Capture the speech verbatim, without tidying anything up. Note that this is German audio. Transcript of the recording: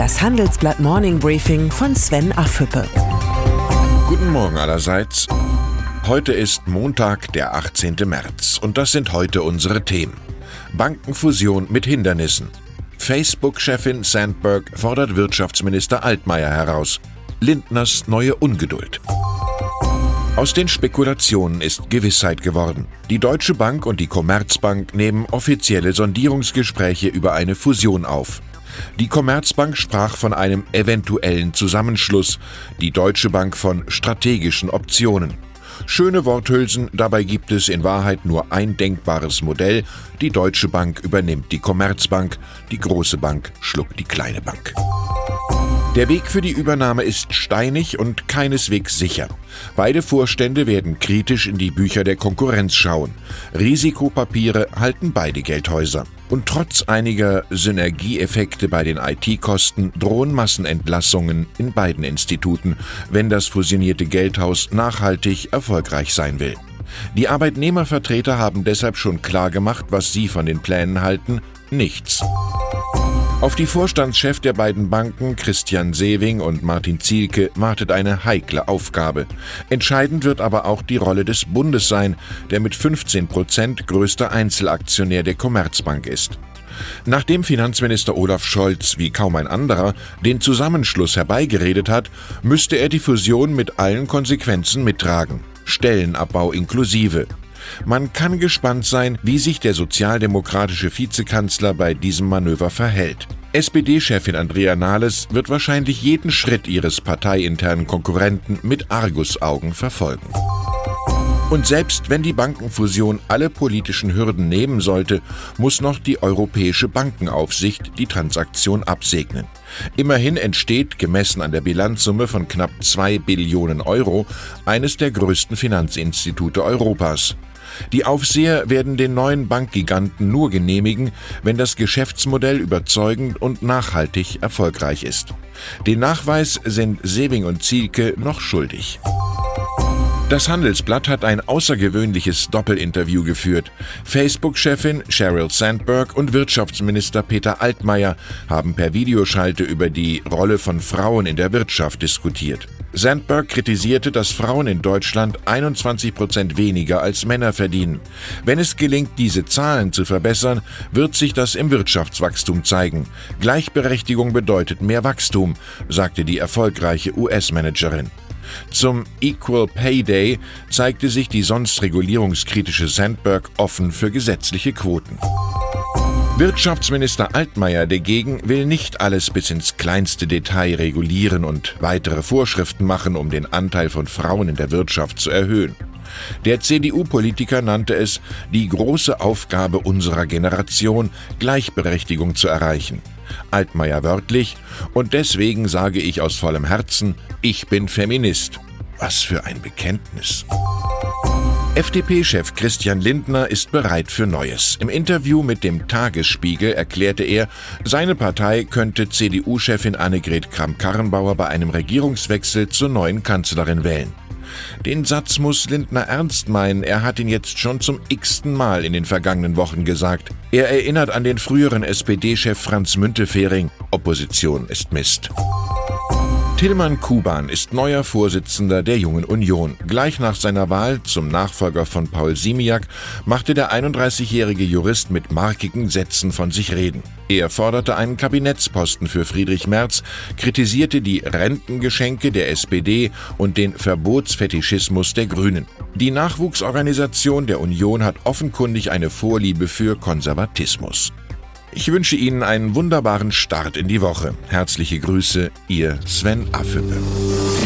Das Handelsblatt Morning Briefing von Sven Affüppe. Guten Morgen allerseits. Heute ist Montag, der achtzehnten März, und das sind heute unsere Themen. Bankenfusion mit Hindernissen. Facebook-Chefin Sandberg fordert Wirtschaftsminister Altmaier heraus. Lindners neue Ungeduld. Aus den Spekulationen ist Gewissheit geworden. Die Deutsche Bank und die Commerzbank nehmen offizielle Sondierungsgespräche über eine Fusion auf. Die Commerzbank sprach von einem eventuellen Zusammenschluss, die Deutsche Bank von strategischen Optionen. Schöne Worthülsen, dabei gibt es in Wahrheit nur ein denkbares Modell. Die Deutsche Bank übernimmt die Commerzbank, die große Bank schluckt die kleine Bank. Der Weg für die Übernahme ist steinig und keineswegs sicher. Beide Vorstände werden kritisch in die Bücher der Konkurrenz schauen. Risikopapiere halten beide Geldhäuser. Und trotz einiger Synergieeffekte bei den I T-Kosten drohen Massenentlassungen in beiden Instituten, wenn das fusionierte Geldhaus nachhaltig erfolgreich sein will. Die Arbeitnehmervertreter haben deshalb schon klargemacht, was sie von den Plänen halten: nichts. Auf die Vorstandschefs der beiden Banken, Christian Sewing und Martin Zielke, wartet eine heikle Aufgabe. Entscheidend wird aber auch die Rolle des Bundes sein, der mit fünfzehn Prozent größter Einzelaktionär der Commerzbank ist. Nachdem Finanzminister Olaf Scholz, wie kaum ein anderer, den Zusammenschluss herbeigeredet hat, müsste er die Fusion mit allen Konsequenzen mittragen, Stellenabbau inklusive. Man kann gespannt sein, wie sich der sozialdemokratische Vizekanzler bei diesem Manöver verhält. S P D-Chefin Andrea Nahles wird wahrscheinlich jeden Schritt ihres parteiinternen Konkurrenten mit Argusaugen verfolgen. Und selbst wenn die Bankenfusion alle politischen Hürden nehmen sollte, muss noch die Europäische Bankenaufsicht die Transaktion absegnen. Immerhin entsteht, gemessen an der Bilanzsumme von knapp zwei Billionen Euro, eines der größten Finanzinstitute Europas. Die Aufseher werden den neuen Bankgiganten nur genehmigen, wenn das Geschäftsmodell überzeugend und nachhaltig erfolgreich ist. Den Nachweis sind Sewing und Zielke noch schuldig. Das Handelsblatt hat ein außergewöhnliches Doppelinterview geführt. Facebook-Chefin Sheryl Sandberg und Wirtschaftsminister Peter Altmaier haben per Videoschalte über die Rolle von Frauen in der Wirtschaft diskutiert. Sandberg kritisierte, dass Frauen in Deutschland einundzwanzig Prozent weniger als Männer verdienen. Wenn es gelingt, diese Zahlen zu verbessern, wird sich das im Wirtschaftswachstum zeigen. Gleichberechtigung bedeutet mehr Wachstum, sagte die erfolgreiche U S-Managerin. Zum Equal Pay Day zeigte sich die sonst regulierungskritische Sandberg offen für gesetzliche Quoten. Wirtschaftsminister Altmaier dagegen will nicht alles bis ins kleinste Detail regulieren und weitere Vorschriften machen, um den Anteil von Frauen in der Wirtschaft zu erhöhen. Der C D U-Politiker nannte es die große Aufgabe unserer Generation, Gleichberechtigung zu erreichen. Altmaier wörtlich: Und deswegen sage ich aus vollem Herzen, ich bin Feminist. Was für ein Bekenntnis. F D P-Chef Christian Lindner ist bereit für Neues. Im Interview mit dem Tagesspiegel erklärte er, seine Partei könnte C D U-Chefin Annegret Kramp-Karrenbauer bei einem Regierungswechsel zur neuen Kanzlerin wählen. Den Satz muss Lindner ernst meinen, er hat ihn jetzt schon zum x-ten Mal in den vergangenen Wochen gesagt. Er erinnert an den früheren S P D-Chef Franz Müntefering: Opposition ist Mist. Tilman Kuban ist neuer Vorsitzender der Jungen Union. Gleich nach seiner Wahl zum Nachfolger von Paul Simiak machte der einunddreißigjährige Jurist mit markigen Sätzen von sich reden. Er forderte einen Kabinettsposten für Friedrich Merz, kritisierte die Rentengeschenke der S P D und den Verbotsfetischismus der Grünen. Die Nachwuchsorganisation der Union hat offenkundig eine Vorliebe für Konservatismus. Ich wünsche Ihnen einen wunderbaren Start in die Woche. Herzliche Grüße, Ihr Sven Affüppe.